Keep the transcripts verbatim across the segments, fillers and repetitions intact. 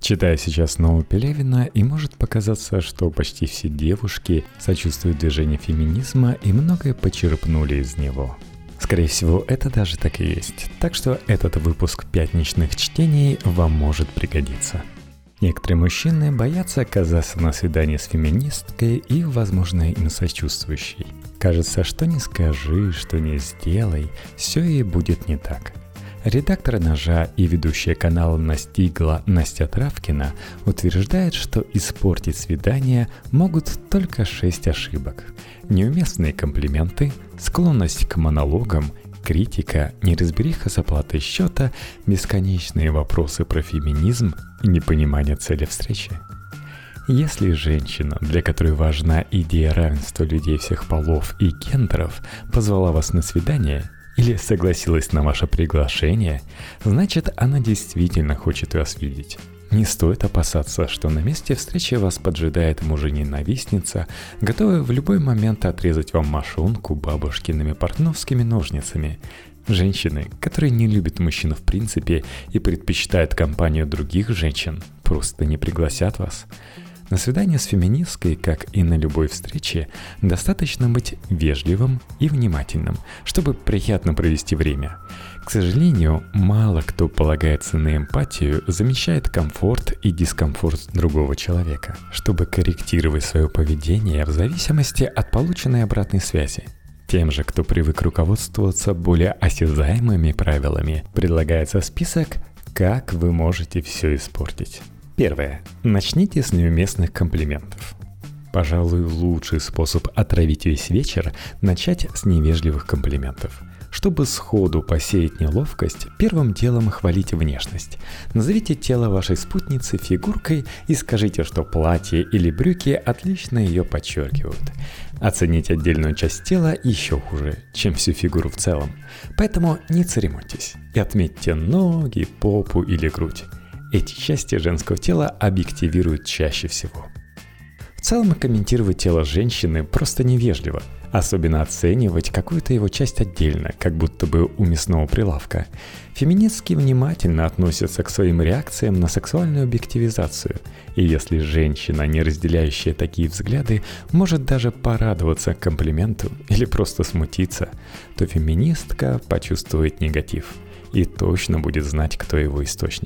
Читая сейчас нового Пелевина, и может показаться, что почти все девушки сочувствуют движению феминизма и многое почерпнули из него. Скорее всего, это даже так и есть. Так что этот выпуск пятничных чтений вам может пригодиться. Некоторые мужчины боятся оказаться на свидании с феминисткой и, возможно, им сочувствующей. Кажется, что не скажи, что не сделай, все и будет не так. Редактор «Ножа» и ведущая канала «Настигла» Настя Травкина утверждает, что испортить свидание могут только шесть ошибок. Неуместные комплименты, склонность к монологам, критика, неразбериха с оплатой счета, бесконечные вопросы про феминизм и непонимание цели встречи. Если женщина, для которой важна идея равенства людей всех полов и гендеров, позвала вас на свидание или согласилась на ваше приглашение, значит, она действительно хочет вас видеть. Не стоит опасаться, что на месте встречи вас поджидает мужененавистница, готовая в любой момент отрезать вам мошонку бабушкиными портновскими ножницами. Женщины, которые не любят мужчину в принципе и предпочитают компанию других женщин, просто не пригласят вас. На свидание с феминисткой, как и на любой встрече, достаточно быть вежливым и внимательным, чтобы приятно провести время. К сожалению, мало кто полагается на эмпатию, замечает комфорт и дискомфорт другого человека, чтобы корректировать свое поведение в зависимости от полученной обратной связи. Тем же, кто привык руководствоваться более осязаемыми правилами, предлагается список, как вы можете все испортить. Первое. Начните с неуместных комплиментов. Пожалуй, лучший способ отравить весь вечер – начать с невежливых комплиментов. Чтобы сходу посеять неловкость, первым делом хвалите внешность. Назовите тело вашей спутницы фигуркой и скажите, что платье или брюки отлично ее подчеркивают. Оценить отдельную часть тела еще хуже, чем всю фигуру в целом. Поэтому не церемоньтесь и отметьте ноги, попу или грудь. Эти части женского тела объективируют чаще всего. В целом комментировать тело женщины просто невежливо, особенно оценивать какую-то его часть отдельно, как будто бы у мясного прилавка. Феминистки внимательно относятся к своим реакциям на сексуальную объективизацию, и если женщина, не разделяющая такие взгляды, может даже порадоваться комплименту или просто смутиться, то феминистка почувствует негатив и точно будет знать, кто его источник.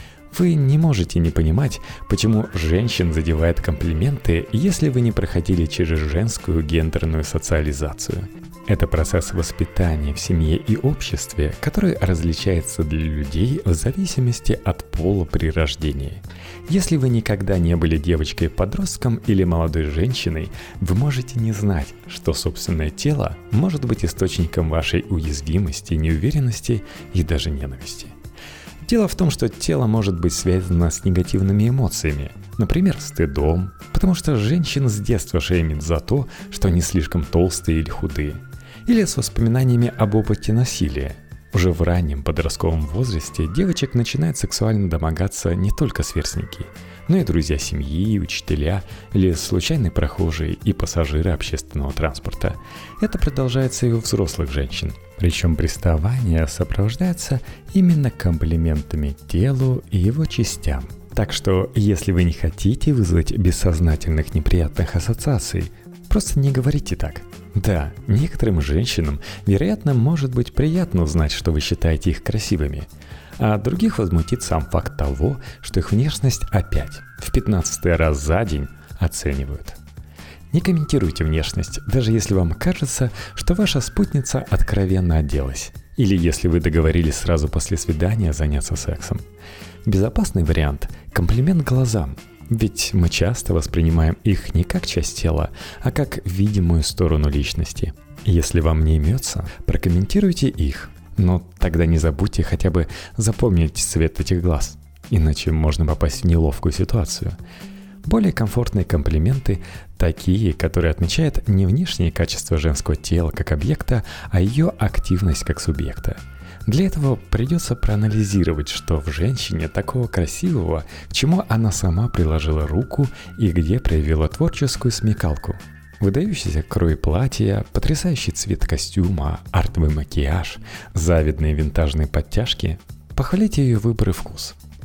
Вы не можете не понимать, почему женщин задевают комплименты, если вы не проходили через женскую гендерную социализацию. Это процесс воспитания в семье и обществе, который различается для людей в зависимости от пола при рождении. Если вы никогда не были девочкой-подростком или молодой женщиной, вы можете не знать, что собственное тело может быть источником вашей уязвимости, неуверенности и даже ненависти. Дело в том, что тело может быть связано с негативными эмоциями, например, стыдом, потому что женщин с детства шеймят за то, что они слишком толстые или худые, или с воспоминаниями об опыте насилия. Уже в раннем подростковом возрасте девочек начинают сексуально домогаться не только сверстники, но и друзья семьи, учителя или случайные прохожие и пассажиры общественного транспорта. Это продолжается и у взрослых женщин. Причем приставание сопровождается именно комплиментами телу и его частям. Так что, если вы не хотите вызвать бессознательных неприятных ассоциаций, просто не говорите так. Да, некоторым женщинам, вероятно, может быть приятно узнать, что вы считаете их красивыми, а других возмутит сам факт того, что их внешность опять, в пятнадцатый раз за день, оценивают. Не комментируйте внешность, даже если вам кажется, что ваша спутница откровенно оделась, или если вы договорились сразу после свидания заняться сексом. Безопасный вариант – комплимент глазам, ведь мы часто воспринимаем их не как часть тела, а как видимую сторону личности. Если вам не имется, прокомментируйте их, но тогда не забудьте хотя бы запомнить цвет этих глаз, иначе можно попасть в неловкую ситуацию. Более комфортные комплименты – такие, которые отмечают не внешние качества женского тела как объекта, а ее активность как субъекта. Для этого придется проанализировать, что в женщине такого красивого, к чему она сама приложила руку и где проявила творческую смекалку. Выдающийся крой платья, потрясающий цвет костюма, артовый макияж, завидные винтажные подтяжки. Похвалите ее выбор и вкус.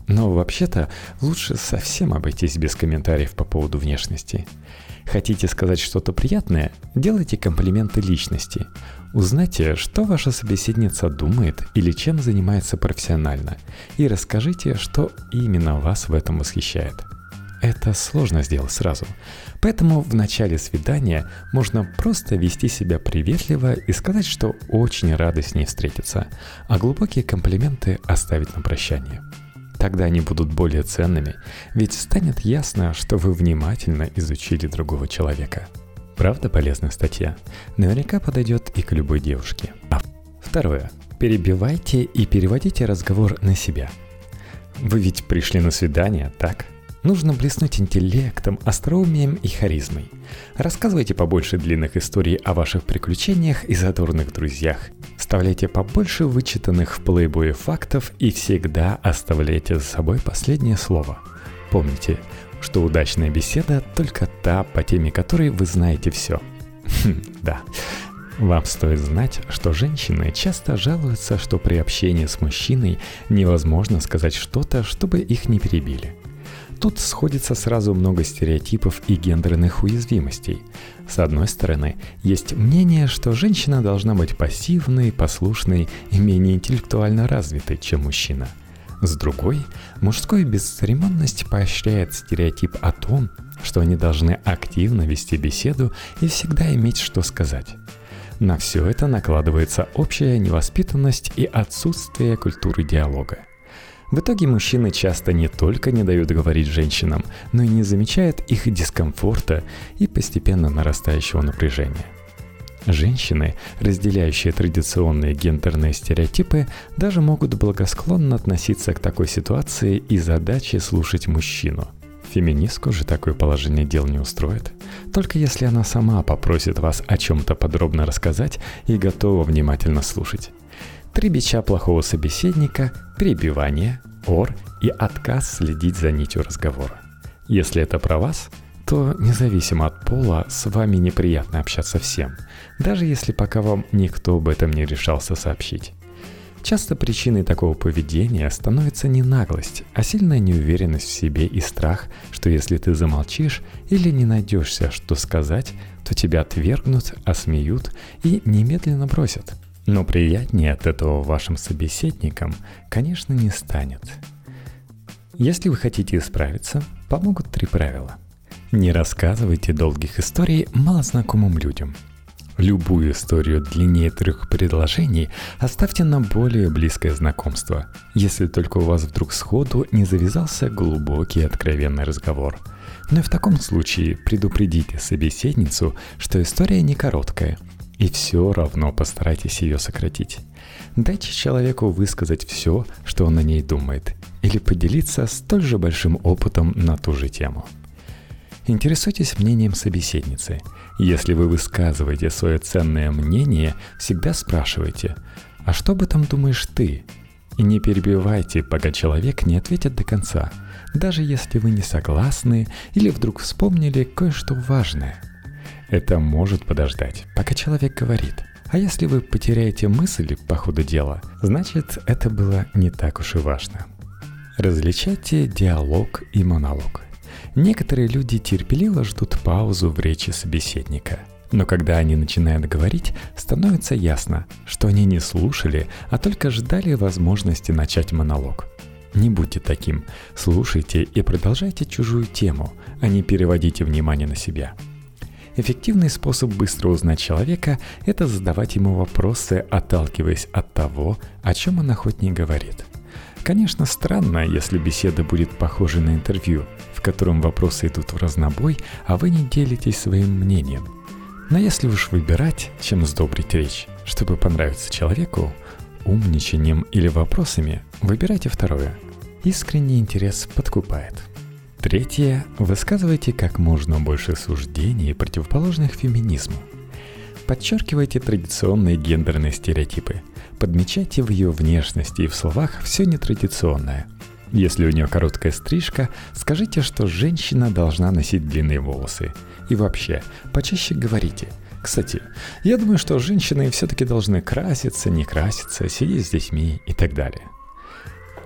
Но вообще-то лучше совсем обойтись без комментариев по поводу внешности. Хотите сказать что-то приятное? Делайте комплименты личности. Узнайте, что ваша собеседница думает или чем занимается профессионально, и расскажите, что именно вас в этом восхищает. Это сложно сделать сразу, поэтому в начале свидания можно просто вести себя приветливо и сказать, что очень рады с ней встретиться, а глубокие комплименты оставить на прощание. Тогда они будут более ценными, ведь станет ясно, что вы внимательно изучили другого человека. Правда, полезная статья? Наверняка подойдет и к любой девушке. Второе. Перебивайте и переводите разговор на себя. Вы ведь пришли на свидание, так? Нужно блеснуть интеллектом, остроумием и харизмой. Рассказывайте побольше длинных историй о ваших приключениях и задорных друзьях. Вставляйте побольше вычитанных в плейбое фактов и всегда оставляйте за собой последнее слово. Помните, что удачная беседа только та, по теме которой вы знаете все. Да. Вам стоит знать, что женщины часто жалуются, что при общении с мужчиной невозможно сказать что-то, чтобы их не перебили. Тут сходится сразу много стереотипов и гендерных уязвимостей. С одной стороны, есть мнение, что женщина должна быть пассивной, послушной и менее интеллектуально развитой, чем мужчина. С другой, мужская бесцеремонность поощряет стереотип о том, что они должны активно вести беседу и всегда иметь что сказать. На все это накладывается общая невоспитанность и отсутствие культуры диалога. В итоге мужчины часто не только не дают говорить женщинам, но и не замечают их дискомфорта и постепенно нарастающего напряжения. Женщины, разделяющие традиционные гендерные стереотипы, даже могут благосклонно относиться к такой ситуации и задаче слушать мужчину. Феминистку же такое положение дел не устроит, только если она сама попросит вас о чем-то подробно рассказать и готова внимательно слушать. Три бича плохого собеседника – перебивание, ор и отказ следить за нитью разговора. Если это про вас, то независимо от пола с вами неприятно общаться всем, даже если пока вам никто об этом не решался сообщить. Часто причиной такого поведения становится не наглость, а сильная неуверенность в себе и страх, что если ты замолчишь или не найдешься, что сказать, то тебя отвергнут, осмеют и немедленно бросят. Но приятнее от этого вашим собеседникам, конечно, не станет. Если вы хотите исправиться, помогут три правила. Не рассказывайте долгих историй малознакомым людям. Любую историю длиннее трех предложений оставьте на более близкое знакомство, если только у вас вдруг сходу не завязался глубокий откровенный разговор. Но и в таком случае предупредите собеседницу, что история не короткая, и все равно постарайтесь ее сократить. Дайте человеку высказать все, что он о ней думает, или поделиться столь же большим опытом на ту же тему. Интересуйтесь мнением собеседницы. Если вы высказываете свое ценное мнение, всегда спрашивайте: «А что об этом думаешь ты?» И не перебивайте, пока человек не ответит до конца, даже если вы не согласны или вдруг вспомнили кое-что важное. Это может подождать, пока человек говорит. А если вы потеряете мысль по ходу дела, значит, это было не так уж и важно. Различайте диалог и монолог. Некоторые люди терпеливо ждут паузу в речи собеседника. Но когда они начинают говорить, становится ясно, что они не слушали, а только ждали возможности начать монолог. Не будьте таким. Слушайте и продолжайте чужую тему, а не переводите внимание на себя. Эффективный способ быстро узнать человека – это задавать ему вопросы, отталкиваясь от того, о чем он охотнее говорит. Конечно, странно, если беседа будет похожа на интервью, в котором вопросы идут в разнобой, а вы не делитесь своим мнением. Но если уж выбирать, чем сдобрить речь, чтобы понравиться человеку, умничанием или вопросами, выбирайте второе. Искренний интерес подкупает. Третье. Высказывайте как можно больше суждений, противоположных феминизму. Подчеркивайте традиционные гендерные стереотипы. Подмечайте в ее внешности и в словах все нетрадиционное. Если у нее короткая стрижка, скажите, что женщина должна носить длинные волосы. И вообще, почаще говорите: «Кстати, я думаю, что женщины все-таки должны краситься, не краситься, сидеть с детьми» и так далее.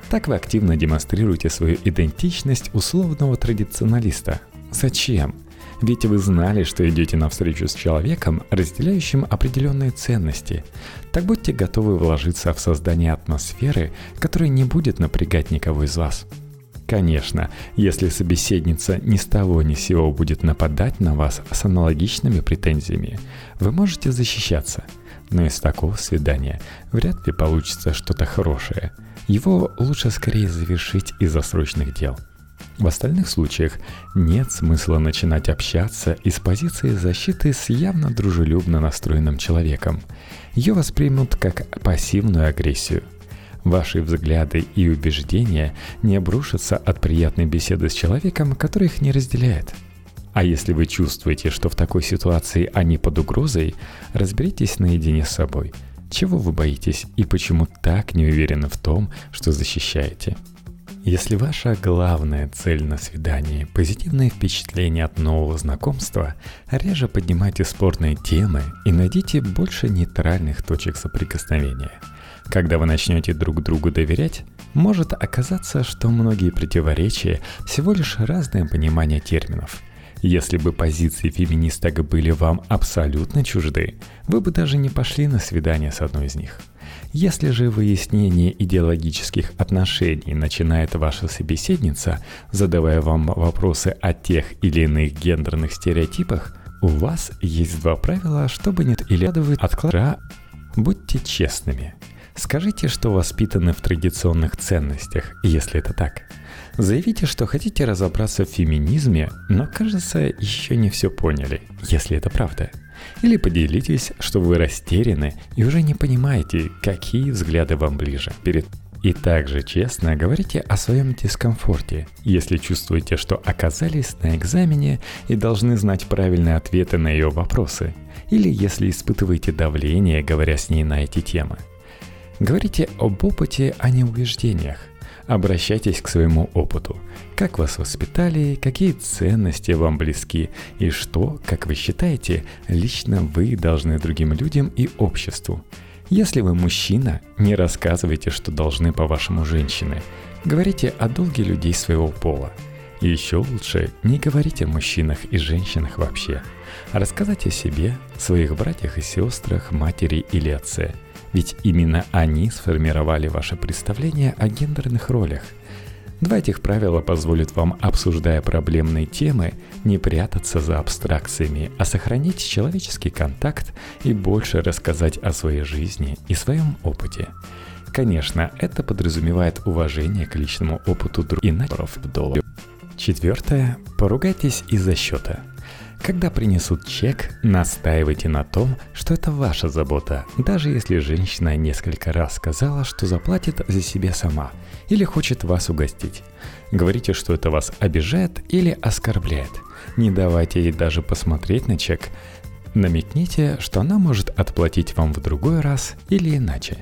Так вы активно демонстрируете свою идентичность условного традиционалиста. Зачем? Ведь вы знали, что идете навстречу с человеком, разделяющим определенные ценности. Так будьте готовы вложиться в создание атмосферы, которая не будет напрягать никого из вас. Конечно, если собеседница ни с того ни с сего будет нападать на вас с аналогичными претензиями, вы можете защищаться. Но из такого свидания вряд ли получится что-то хорошее. Его лучше скорее завершить из-за срочных дел. В остальных случаях нет смысла начинать общаться из позиции защиты с явно дружелюбно настроенным человеком. Ее воспримут как пассивную агрессию. Ваши взгляды и убеждения не обрушатся от приятной беседы с человеком, который их не разделяет. А если вы чувствуете, что в такой ситуации они под угрозой, разберитесь наедине с собой. Чего вы боитесь и почему так не уверены в том, что защищаете? Если ваша главная цель на свидании – позитивное впечатление от нового знакомства, реже поднимайте спорные темы и найдите больше нейтральных точек соприкосновения. Когда вы начнете друг другу доверять, может оказаться, что многие противоречия – всего лишь разное понимание терминов. Если бы позиции феминисток были вам абсолютно чужды, вы бы даже не пошли на свидание с одной из них. Если же выяснение идеологических отношений начинает ваша собеседница, задавая вам вопросы о тех или иных гендерных стереотипах, у вас есть два правила, чтобы не откладывать откладывать. Будьте честными. Скажите, что воспитаны в традиционных ценностях, если это так. Заявите, что хотите разобраться в феминизме, но, кажется, еще не все поняли, если это правда. Или поделитесь, что вы растеряны и уже не понимаете, какие взгляды вам ближе. Перед... И также честно говорите о своем дискомфорте, если чувствуете, что оказались на экзамене и должны знать правильные ответы на ее вопросы, или если испытываете давление, говоря с ней на эти темы. Говорите об опыте, а не убеждениях. Обращайтесь к своему опыту. Как вас воспитали, какие ценности вам близки и что, как вы считаете, лично вы должны другим людям и обществу. Если вы мужчина, не рассказывайте, что должны по-вашему женщины. Говорите о долге людей своего пола. И еще лучше не говорите о мужчинах и женщинах вообще. А рассказать о себе, своих братьях и сестрах, матери или отце. Ведь именно они сформировали ваше представление о гендерных ролях. Два этих правила позволят вам, обсуждая проблемные темы, не прятаться за абстракциями, а сохранить человеческий контакт и больше рассказать о своей жизни и своем опыте. Конечно, это подразумевает уважение к личному опыту других и Четвертое. Поругайтесь из-за счета. Когда принесут чек, настаивайте на том, что это ваша забота, даже если женщина несколько раз сказала, что заплатит за себя сама или хочет вас угостить. Говорите, что это вас обижает или оскорбляет. Не давайте ей даже посмотреть на чек. Намекните, что она может отплатить вам в другой раз или иначе.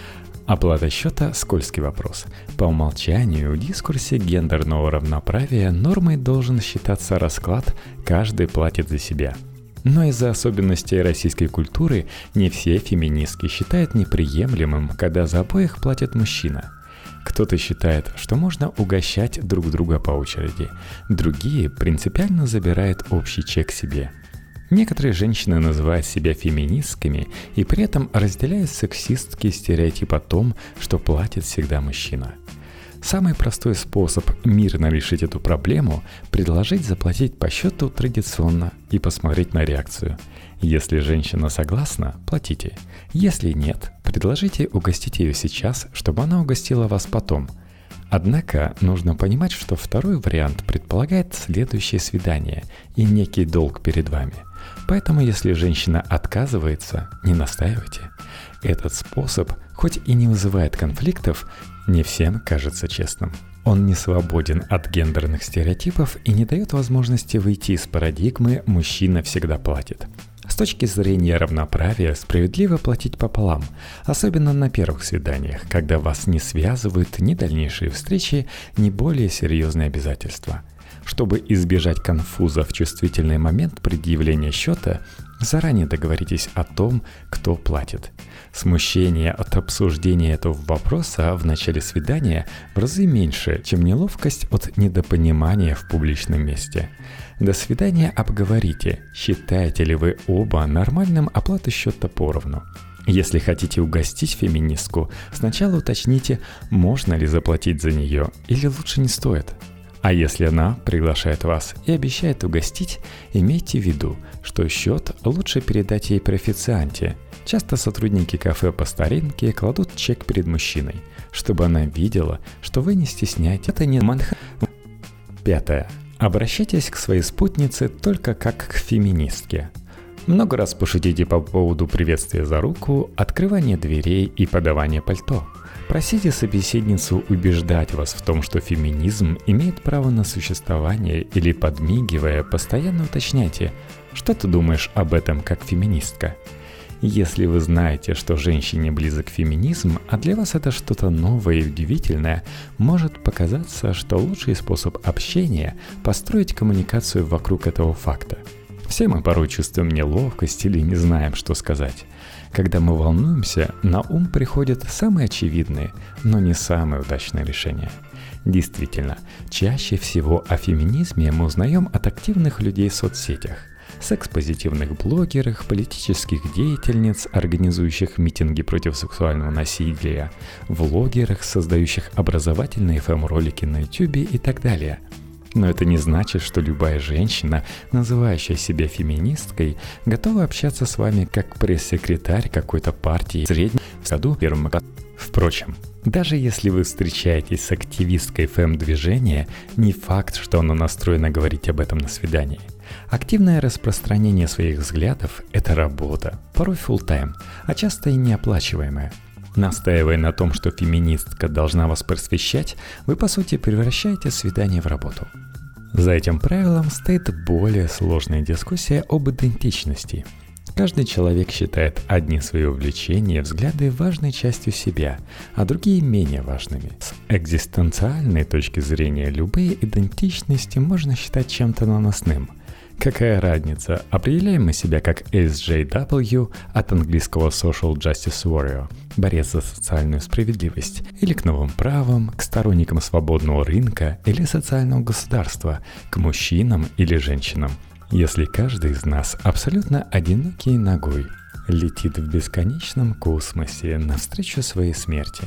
Оплата счета – скользкий вопрос. По умолчанию в дискурсе гендерного равноправия нормой должен считаться расклад «каждый платит за себя». Но из-за особенностей российской культуры не все феминистки считают неприемлемым, когда за обоих платит мужчина. Кто-то считает, что можно угощать друг друга по очереди, другие принципиально забирают общий чек себе. Некоторые женщины называют себя феминистками и при этом разделяют сексистский стереотип о том, что платит всегда мужчина. Самый простой способ мирно решить эту проблему – предложить заплатить по счету традиционно и посмотреть на реакцию. Если женщина согласна, платите. Если нет, предложите угостить ее сейчас, чтобы она угостила вас потом. Однако нужно понимать, что второй вариант предполагает следующее свидание и некий долг перед вами. Поэтому, если женщина отказывается, не настаивайте. Этот способ, хоть и не вызывает конфликтов, не всем кажется честным. Он не свободен от гендерных стереотипов и не дает возможности выйти из парадигмы «мужчина всегда платит». С точки зрения равноправия справедливо платить пополам, особенно на первых свиданиях, когда вас не связывают ни дальнейшие встречи, ни более серьезные обязательства. Чтобы избежать конфуза в чувствительный момент предъявления счета, Заранее договоритесь о том, кто платит. Смущение от обсуждения этого вопроса в начале свидания в разы меньше, чем неловкость от недопонимания в публичном месте. До свидания обговорите, считаете ли вы оба нормальным оплату счета поровну. Если хотите угостить феминистку, сначала уточните, можно ли заплатить за нее или лучше не стоит. А если она приглашает вас и обещает угостить, имейте в виду, что счет лучше передать ей при официанте. Часто сотрудники кафе по старинке кладут чек перед мужчиной, чтобы она видела, что вы не стесняетесь. Это не манха. Пятое. Обращайтесь к своей спутнице только как к феминистке. Много раз пошутите по поводу приветствия за руку, открывания дверей и подавания пальто. Просите собеседницу убеждать вас в том, что феминизм имеет право на существование, или, подмигивая, постоянно уточняйте, что ты думаешь об этом как феминистка. Если вы знаете, что женщине близок феминизм, а для вас это что-то новое и удивительное, может показаться, что лучший способ общения – построить коммуникацию вокруг этого факта. Все мы порой чувствуем неловкость или не знаем, что сказать. Когда мы волнуемся, на ум приходят самые очевидные, но не самые удачные решения. Действительно, чаще всего о феминизме мы узнаем от активных людей в соцсетях, секс-позитивных блогеров, политических деятельниц, организующих митинги против сексуального насилия, влогерах, создающих образовательные эф эм-ролики на YouTube и так далее. Но это не значит, что любая женщина, называющая себя феминисткой, готова общаться с вами как пресс-секретарь какой-то партии в среднем в саду первом. Впрочем, даже если вы встречаетесь с активисткой эф эм-движения, не факт, что она настроена говорить об этом на свидании. Активное распространение своих взглядов – это работа, порой фулл-тайм, а часто и неоплачиваемая. Настаивая на том, что феминистка должна вас просвещать, вы по сути превращаете свидание в работу. За этим правилом стоит более сложная дискуссия об идентичности. Каждый человек считает одни свои увлечения и взгляды важной частью себя, а другие менее важными. С экзистенциальной точки зрения любые идентичности можно считать чем-то наносным. Какая разница, определяем мы себя как эс джей дабл ю от английского Social Justice Warrior, борец за социальную справедливость, или к новым правам, к сторонникам свободного рынка или социального государства, к мужчинам или женщинам, если каждый из нас абсолютно одинокий ногой летит в бесконечном космосе навстречу своей смерти.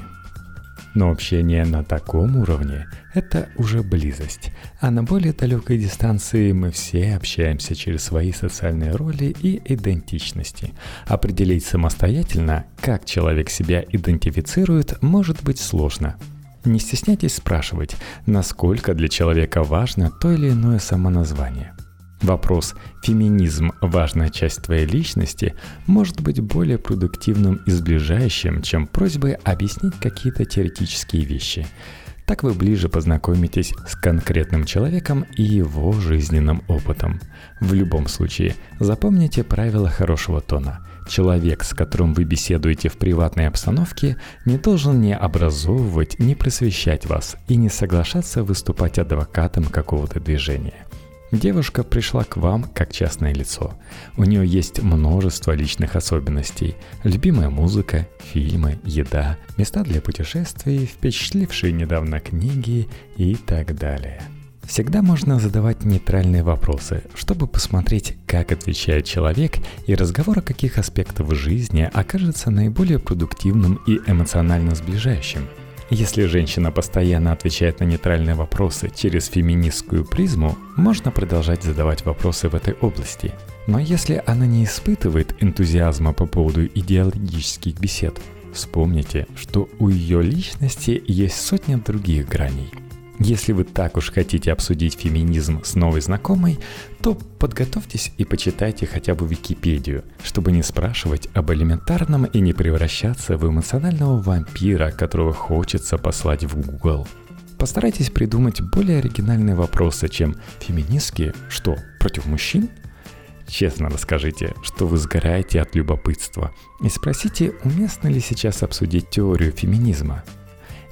Но общение на таком уровне – это уже близость, а на более далекой дистанции мы все общаемся через свои социальные роли и идентичности. Определить самостоятельно, как человек себя идентифицирует, может быть сложно. Не стесняйтесь спрашивать, насколько для человека важно то или иное самоназвание. Вопрос «феминизм – важная часть твоей личности» может быть более продуктивным и сближающим, чем просьбы объяснить какие-то теоретические вещи. Так вы ближе познакомитесь с конкретным человеком и его жизненным опытом. В любом случае, запомните правила хорошего тона. Человек, с которым вы беседуете в приватной обстановке, не должен ни образовывать, ни просвещать вас и не соглашаться выступать адвокатом какого-то движения. Девушка пришла к вам как частное лицо. У нее есть множество личных особенностей. Любимая музыка, фильмы, еда, места для путешествий, впечатлившие недавно книги и так далее. Всегда можно задавать нейтральные вопросы, чтобы посмотреть, как отвечает человек, и разговор о каких аспектах жизни окажется наиболее продуктивным и эмоционально сближающим. Если женщина постоянно отвечает на нейтральные вопросы через феминистскую призму, можно продолжать задавать вопросы в этой области. Но если она не испытывает энтузиазма по поводу идеологических бесед, вспомните, что у ее личности есть сотня других граней. Если вы так уж хотите обсудить феминизм с новой знакомой, то подготовьтесь и почитайте хотя бы Википедию, чтобы не спрашивать об элементарном и не превращаться в эмоционального вампира, которого хочется послать в Google. Постарайтесь придумать более оригинальные вопросы, чем «феминистки? Что, против мужчин?» Честно расскажите, что вы сгораете от любопытства, и спросите, уместно ли сейчас обсудить теорию феминизма.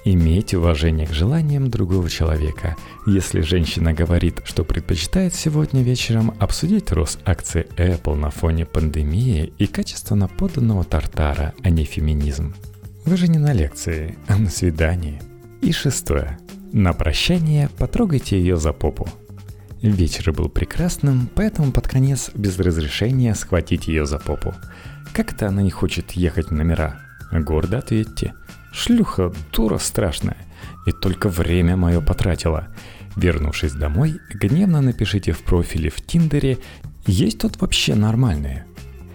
Иметь уважение к желаниям другого человека. Если женщина говорит, что предпочитает сегодня вечером обсудить рост акций Apple на фоне пандемии и качественно поданного тартара, а не феминизм. Вы же не на лекции, а на свидании. И шестое. На прощание потрогайте ее за попу. Вечер был прекрасным, поэтому под конец без разрешения схватить ее за попу. Как-то она не хочет ехать в номера. Гордо ответьте: «Шлюха, дура страшная, и только время мое потратила». Вернувшись домой, гневно напишите в профиле в Тиндере: «Есть тут вообще нормальные».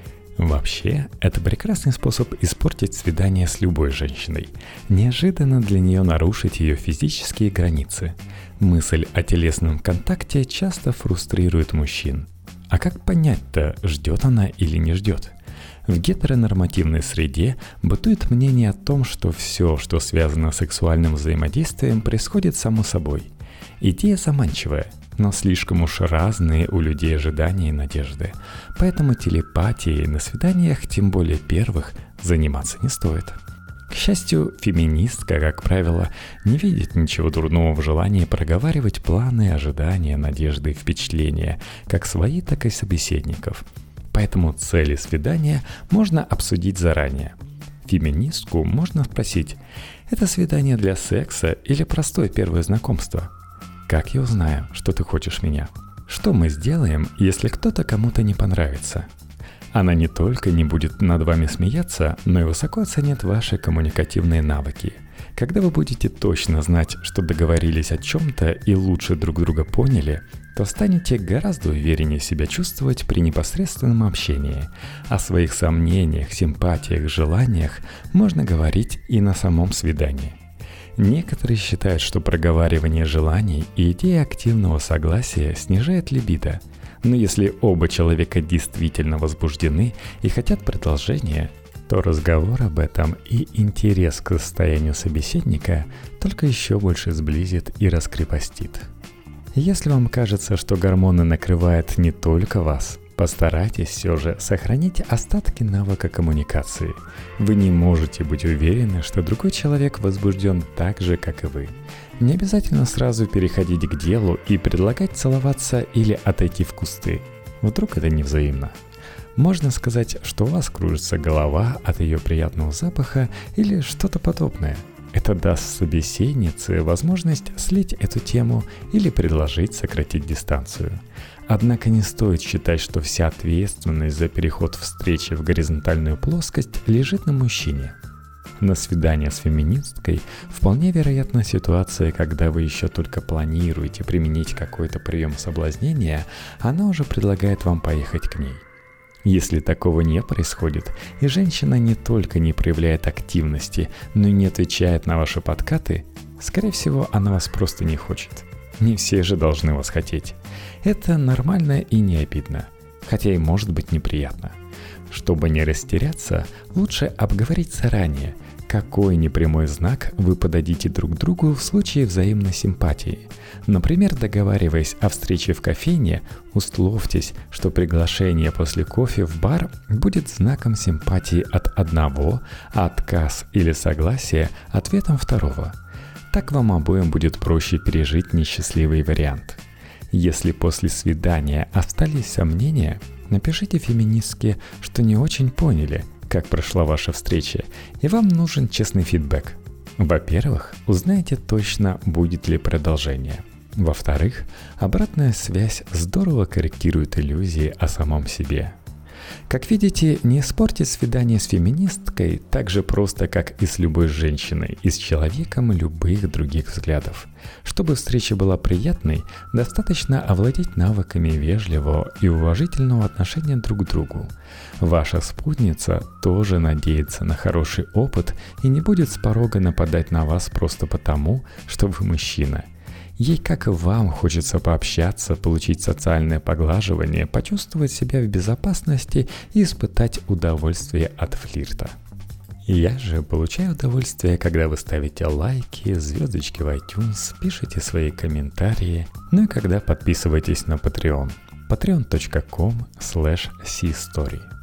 Вообще, это прекрасный способ испортить свидание с любой женщиной. Неожиданно для нее нарушить ее физические границы. Мысль о телесном контакте часто фрустрирует мужчин. А как понять-то, ждет она или не ждет? В гетеронормативной среде бытует мнение о том, что все, что связано с сексуальным взаимодействием, происходит само собой. Идея заманчивая, но слишком уж разные у людей ожидания и надежды. Поэтому телепатией на свиданиях, тем более первых, заниматься не стоит. К счастью, феминистка, как правило, не видит ничего дурного в желании проговаривать планы, ожидания, надежды и впечатления, как свои, так и собеседников. Поэтому цели свидания можно обсудить заранее. Феминистку можно спросить: это свидание для секса или простое первое знакомство? Как я узнаю, что ты хочешь меня? Что мы сделаем, если кто-то кому-то не понравится? Она не только не будет над вами смеяться, но и высоко оценит ваши коммуникативные навыки. Когда вы будете точно знать, что договорились о чем-то и лучше друг друга поняли, то станете гораздо увереннее себя чувствовать при непосредственном общении. О своих сомнениях, симпатиях, желаниях можно говорить и на самом свидании. Некоторые считают, что проговаривание желаний и идея активного согласия снижает либидо. Но если оба человека действительно возбуждены и хотят продолжения, то разговор об этом и интерес к состоянию собеседника только еще больше сблизит и раскрепостит. Если вам кажется, что гормоны накрывают не только вас, постарайтесь все же сохранить остатки навыка коммуникации. Вы не можете быть уверены, что другой человек возбужден так же, как и вы. Не обязательно сразу переходить к делу и предлагать целоваться или отойти в кусты. Вдруг это невзаимно. Можно сказать, что у вас кружится голова от ее приятного запаха или что-то подобное. Это даст собеседнице возможность слить эту тему или предложить сократить дистанцию. Однако не стоит считать, что вся ответственность за переход встречи в горизонтальную плоскость лежит на мужчине. На свидание с феминисткой вполне вероятна ситуация, когда вы еще только планируете применить какой-то прием соблазнения, она уже предлагает вам поехать к ней. Если такого не происходит, и женщина не только не проявляет активности, но и не отвечает на ваши подкаты, скорее всего, она вас просто не хочет. Не все же должны вас хотеть. Это нормально и не обидно, хотя и может быть неприятно. Чтобы не растеряться, лучше обговорить заранее, какой непрямой знак вы подадите друг другу в случае взаимной симпатии. Например, договариваясь о встрече в кофейне, условьтесь, что приглашение после кофе в бар будет знаком симпатии от одного, а отказ или согласие – ответом второго. Так вам обоим будет проще пережить несчастливый вариант. Если после свидания остались сомнения, напишите феминистке, что не очень поняли, как прошла ваша встреча, и вам нужен честный фидбэк. Во-первых, узнайте точно, будет ли продолжение. Во-вторых, обратная связь здорово корректирует иллюзии о самом себе. Как видите, не испортить свидание с феминисткой так же просто, как и с любой женщиной, и с человеком любых других взглядов. Чтобы встреча была приятной, достаточно овладеть навыками вежливого и уважительного отношения друг к другу. Ваша спутница тоже надеется на хороший опыт и не будет с порога нападать на вас просто потому, что вы мужчина. Ей, как и вам, хочется пообщаться, получить социальное поглаживание, почувствовать себя в безопасности и испытать удовольствие от флирта. Я же получаю удовольствие, когда вы ставите лайки, звездочки в iTunes, пишите свои комментарии, ну и когда подписываетесь на Patreon. patreon точка ком слэш си стори